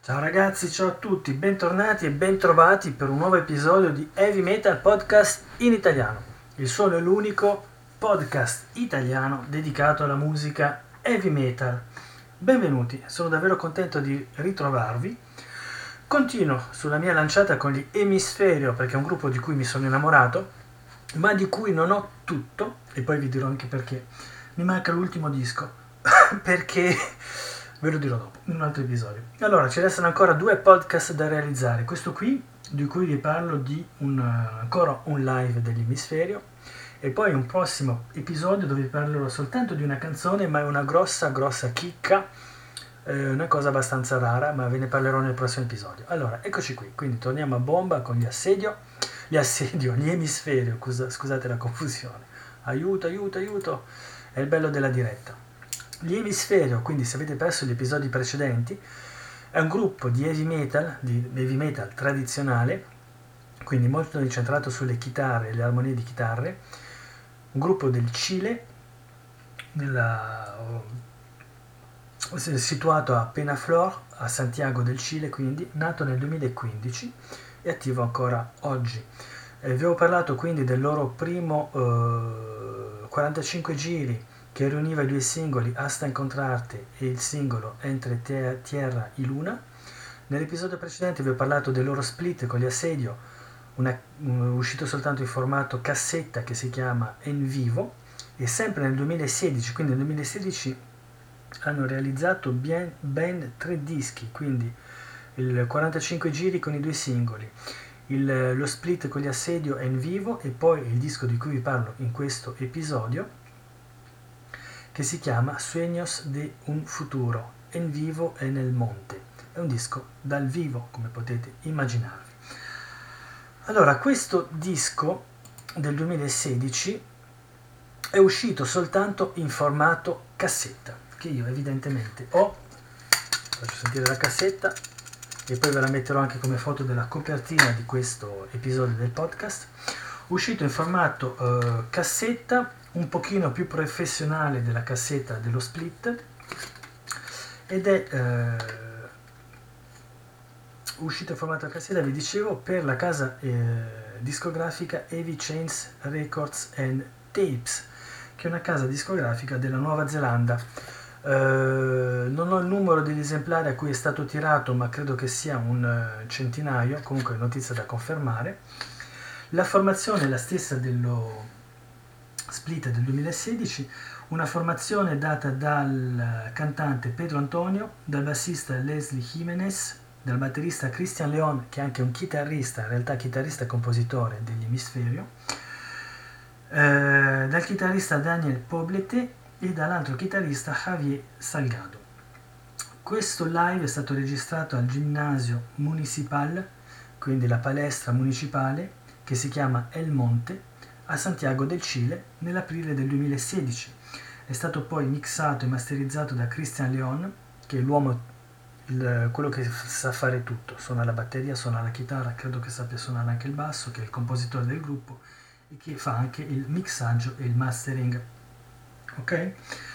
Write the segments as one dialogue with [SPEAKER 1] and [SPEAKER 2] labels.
[SPEAKER 1] Ciao ragazzi, ciao a tutti, bentornati e bentrovati per un nuovo episodio di Heavy Metal Podcast in italiano, il solo e l'unico podcast italiano dedicato alla musica heavy metal. Benvenuti, sono davvero contento di ritrovarvi. Continuo sulla mia lanciata con gli Emisferio perché è un gruppo di cui mi sono innamorato, ma di cui non ho tutto, e poi vi dirò anche perché. Mi manca l'ultimo disco, perché ve lo dirò dopo, in un altro episodio. Allora, ci restano ancora 2 podcast da realizzare. Questo qui, di cui vi parlo di ancora un live dell'Emisferio, e poi un prossimo episodio dove vi parlerò soltanto di una canzone, ma è una grossa, grossa chicca, una cosa abbastanza rara, ma ve ne parlerò nel prossimo episodio. Allora, eccoci qui, quindi torniamo a bomba con gli Emisferio, scusate la confusione. Aiuto, aiuto, aiuto, è il bello della diretta. Gli Emisferio, quindi se avete perso gli episodi precedenti, è un gruppo di heavy metal tradizionale, quindi molto incentrato sulle chitarre e le armonie di chitarre, un gruppo del Cile, nella, situato a Penaflor, a Santiago del Cile, quindi nato nel 2015 e attivo ancora oggi. Vi avevo parlato quindi del loro primo 45 giri che riuniva i 2 singoli Hasta Encontrarte e il singolo Entre Tierra y Luna. Nell'episodio precedente vi ho parlato del loro split con gli Assedio, uscito soltanto in formato cassetta che si chiama En Vivo, e sempre nel 2016, quindi nel 2016 hanno realizzato ben 3 dischi, quindi il 45 giri con i 2 singoli, lo split con gli Assedio En Vivo e poi il disco di cui vi parlo in questo episodio, che si chiama Sueños de un futuro, En Vivo e nel Monte. È un disco dal vivo, come potete immaginarvi. Allora, questo disco del 2016 è uscito soltanto in formato cassetta, che io evidentemente ho. Faccio sentire la cassetta e poi ve la metterò anche come foto della copertina di questo episodio del podcast. Uscito in formato cassetta, un pochino più professionale della cassetta dello split, ed è uscito in formato cassetta, vi dicevo, per la casa discografica Heavy Chains Records and Tapes, che è una casa discografica della Nuova Zelanda. Non ho il numero degli esemplari a cui è stato tirato, ma credo che sia un centinaio, comunque è notizia da confermare. La formazione è la stessa dello split del 2016, una formazione data dal cantante Pedro Antonio, dal bassista Leslie Jimenez, dal batterista Christian Leon, che è anche un chitarrista, in realtà chitarrista e compositore degli Emisferio, dal chitarrista Daniel Poblete e dall'altro chitarrista Javier Salgado. Questo live è stato registrato al Ginnasio Municipal, quindi la palestra municipale, che si chiama El Monte, a Santiago del Cile, nell'aprile del 2016. È stato poi mixato e masterizzato da Christian Leon, che è l'uomo, quello che sa fare tutto, suona la batteria, suona la chitarra, credo che sappia suonare anche il basso, che è il compositore del gruppo e che fa anche il mixaggio e il mastering. Ok?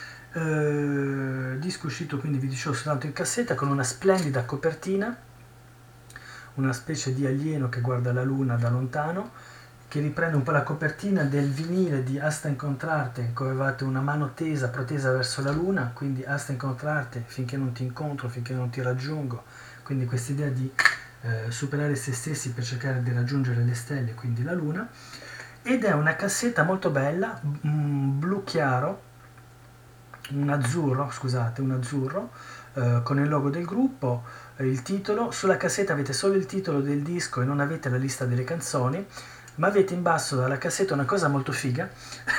[SPEAKER 1] Disco uscito, quindi vi dicevo, soltanto in cassetta, con una splendida copertina, una specie di alieno che guarda la luna da lontano, che riprende un po' la copertina del vinile di Hasta Encontrarte, che avevate una mano tesa, protesa verso la luna, quindi Hasta Encontrarte, finché non ti incontro, finché non ti raggiungo, quindi questa idea di superare se stessi per cercare di raggiungere le stelle, quindi la luna. Ed è una cassetta molto bella, blu chiaro, un azzurro, con il logo del gruppo, il titolo. Sulla cassetta avete solo il titolo del disco e non avete la lista delle canzoni, ma avete in basso dalla cassetta una cosa molto figa,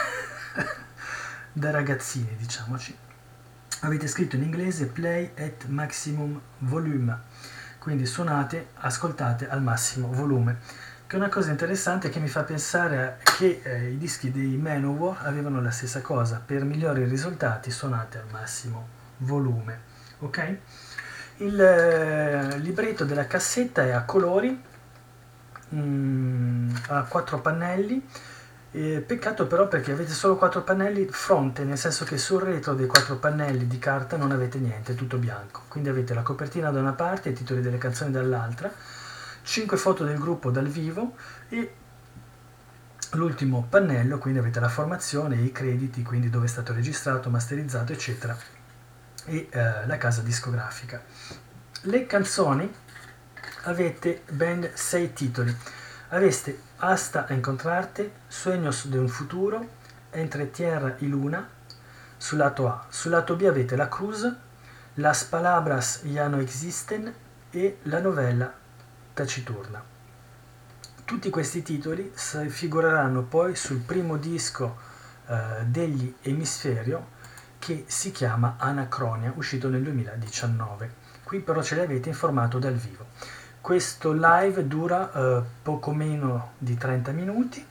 [SPEAKER 1] da ragazzini diciamoci. Avete scritto in inglese Play at Maximum Volume, quindi suonate, ascoltate al massimo volume, che è una cosa interessante che mi fa pensare che i dischi dei Manowar avevano la stessa cosa: per migliori risultati suonate al massimo volume. Ok? Il libretto della cassetta è a colori, ha 4 pannelli, Peccato però perché avete solo 4 pannelli fronte, nel senso che sul retro dei 4 pannelli di carta non avete niente, è tutto bianco. Quindi avete la copertina da una parte, i titoli delle canzoni dall'altra, 5 foto del gruppo dal vivo e l'ultimo pannello, quindi avete la formazione, i crediti, quindi dove è stato registrato, masterizzato, eccetera, e la casa discografica. Le canzoni, avete ben 6 titoli. Aveste Hasta Encontrarte, Sueños de un Futuro, Entre Tierra y Luna, sul lato A. Sul lato B avete La Cruz, Las Palabras Ya No Existen e La Novella Taciturna. Tutti questi titoli figureranno poi sul primo disco degli Emisferio, che si chiama Anacronia, uscito nel 2019. Qui però ce li avete in formato dal vivo. Questo live dura poco meno di 30 minuti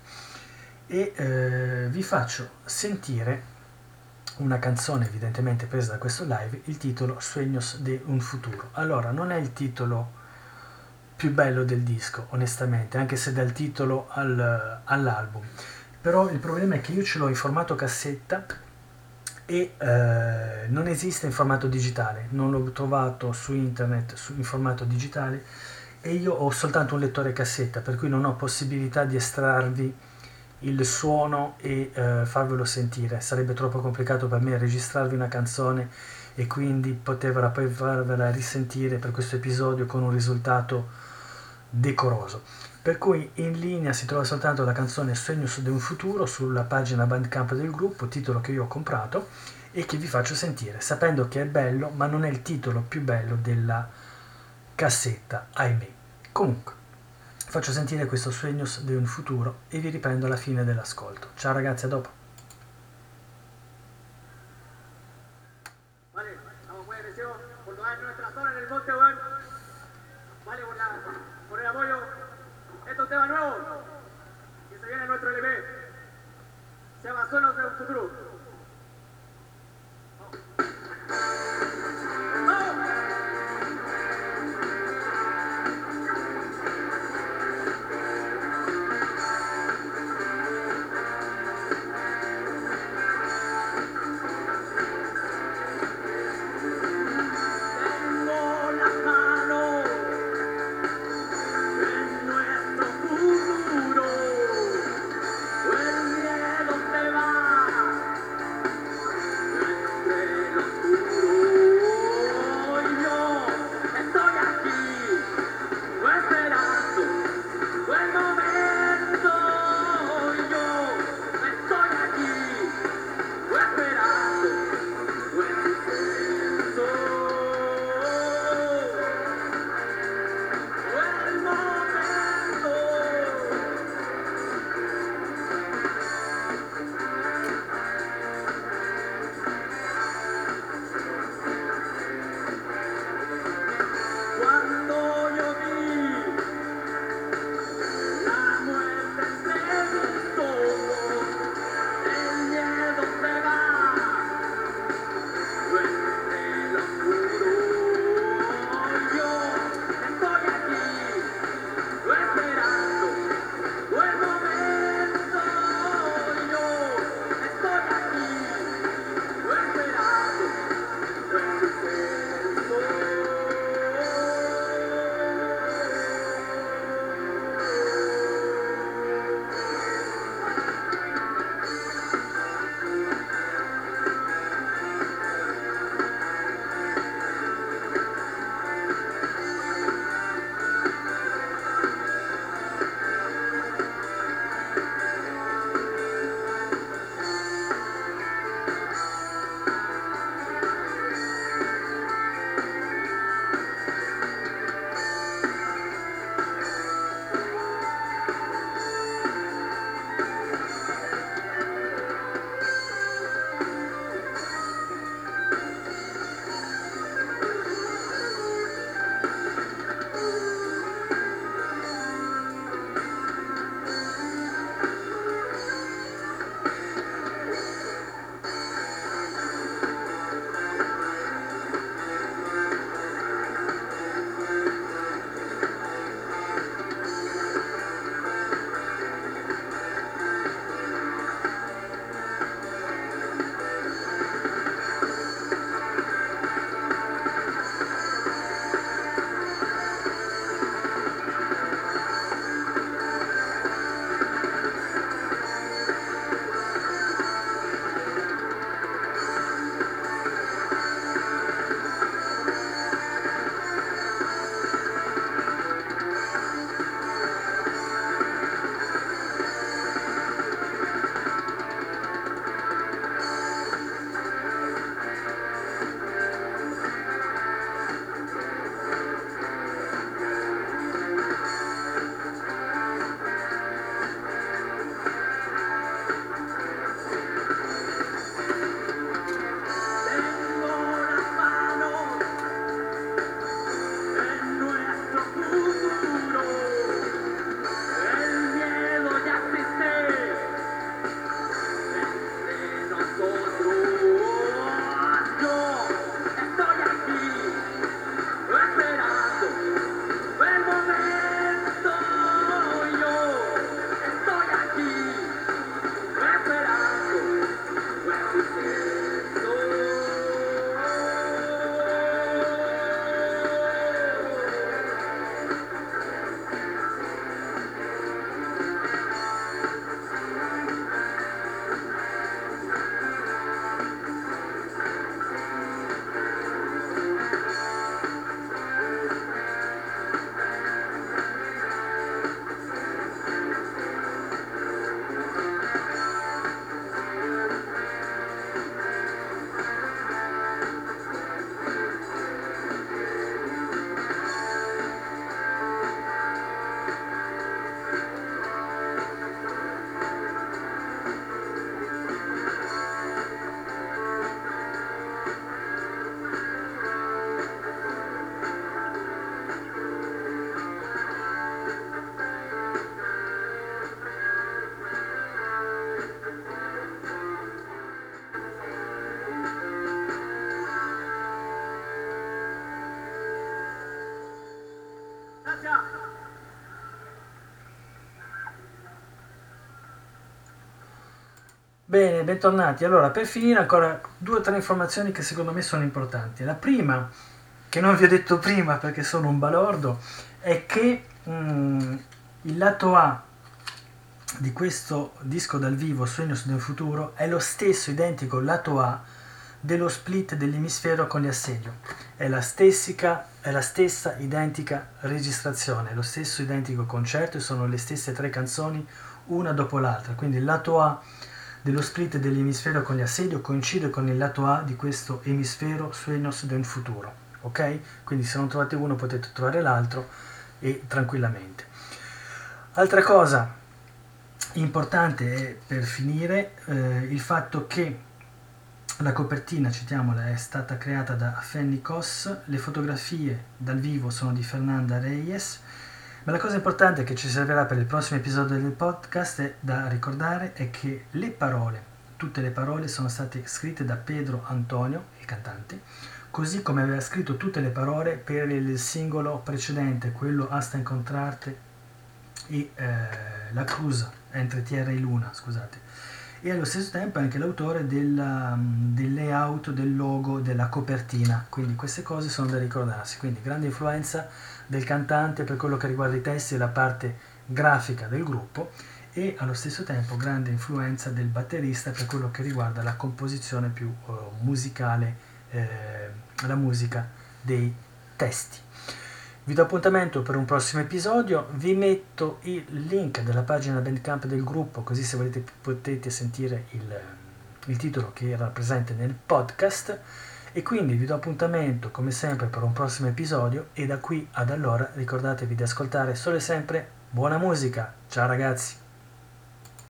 [SPEAKER 1] e vi faccio sentire una canzone evidentemente presa da questo live, il titolo Sueños de un Futuro. Allora, non è il titolo più bello del disco, onestamente, anche se dal titolo all'album. Però il problema è che io ce l'ho in formato cassetta e non esiste in formato digitale, non l'ho trovato su internet in formato digitale e io ho soltanto un lettore cassetta, per cui non ho possibilità di estrarvi il suono e farvelo sentire. Sarebbe troppo complicato per me registrarvi una canzone e quindi potervela poi farvela risentire per questo episodio con un risultato decoroso. Per cui in linea si trova soltanto la canzone Sueños de un Futuro sulla pagina Bandcamp del gruppo, titolo che io ho comprato e che vi faccio sentire, sapendo che è bello, ma non è il titolo più bello della cassetta, ahimè. Comunque, faccio sentire questo Sueños de un Futuro e vi riprendo alla fine dell'ascolto. Ciao ragazzi, a dopo.
[SPEAKER 2] Vale, estamos muy agradecidos por toda nuestra zona en el monte, weón. Vale, por el apoyo. Este es un tema nuevo que se viene en nuestro LP. Se llama Sueños de un Futuro. Futuro. marcha.
[SPEAKER 1] Bene, bentornati. Allora, per finire ancora 2 o 3 informazioni che secondo me sono importanti. La prima, che non vi ho detto prima perché sono un balordo, è che il lato A di questo disco dal vivo, Sueños del Futuro, è lo stesso identico lato A dello split dell'emisfero con gli Assedio. È la stessa identica registrazione, lo stesso identico concerto e sono le stesse 3 canzoni una dopo l'altra. Quindi il lato A dello split dell'emisfero con gli Assedio coincide con il lato A di questo emisfero Sueños del Futuro. Ok? Quindi se non trovate uno potete trovare l'altro e tranquillamente. Altra cosa importante è, per finire, il fatto che la copertina, citiamola, è stata creata da Fanny Koss, le fotografie dal vivo sono di Fernanda Reyes, ma la cosa importante che ci servirà per il prossimo episodio del podcast è da ricordare è che le parole, tutte le parole sono state scritte da Pedro Antonio, il cantante, così come aveva scritto tutte le parole per il singolo precedente, quello Hasta Encontrarte e La Cruz, Entre Tierra e Luna, scusate. E allo stesso tempo è anche l'autore del layout, del logo, della copertina, quindi queste cose sono da ricordarsi, quindi grande influenza del cantante per quello che riguarda i testi e la parte grafica del gruppo e allo stesso tempo grande influenza del batterista per quello che riguarda la composizione più musicale, la musica dei testi. Vi do appuntamento per un prossimo episodio, vi metto il link della pagina Bandcamp del gruppo, così se volete potete sentire il titolo che era presente nel podcast, e quindi vi do appuntamento come sempre per un prossimo episodio e da qui ad allora ricordatevi di ascoltare solo e sempre buona musica. Ciao ragazzi!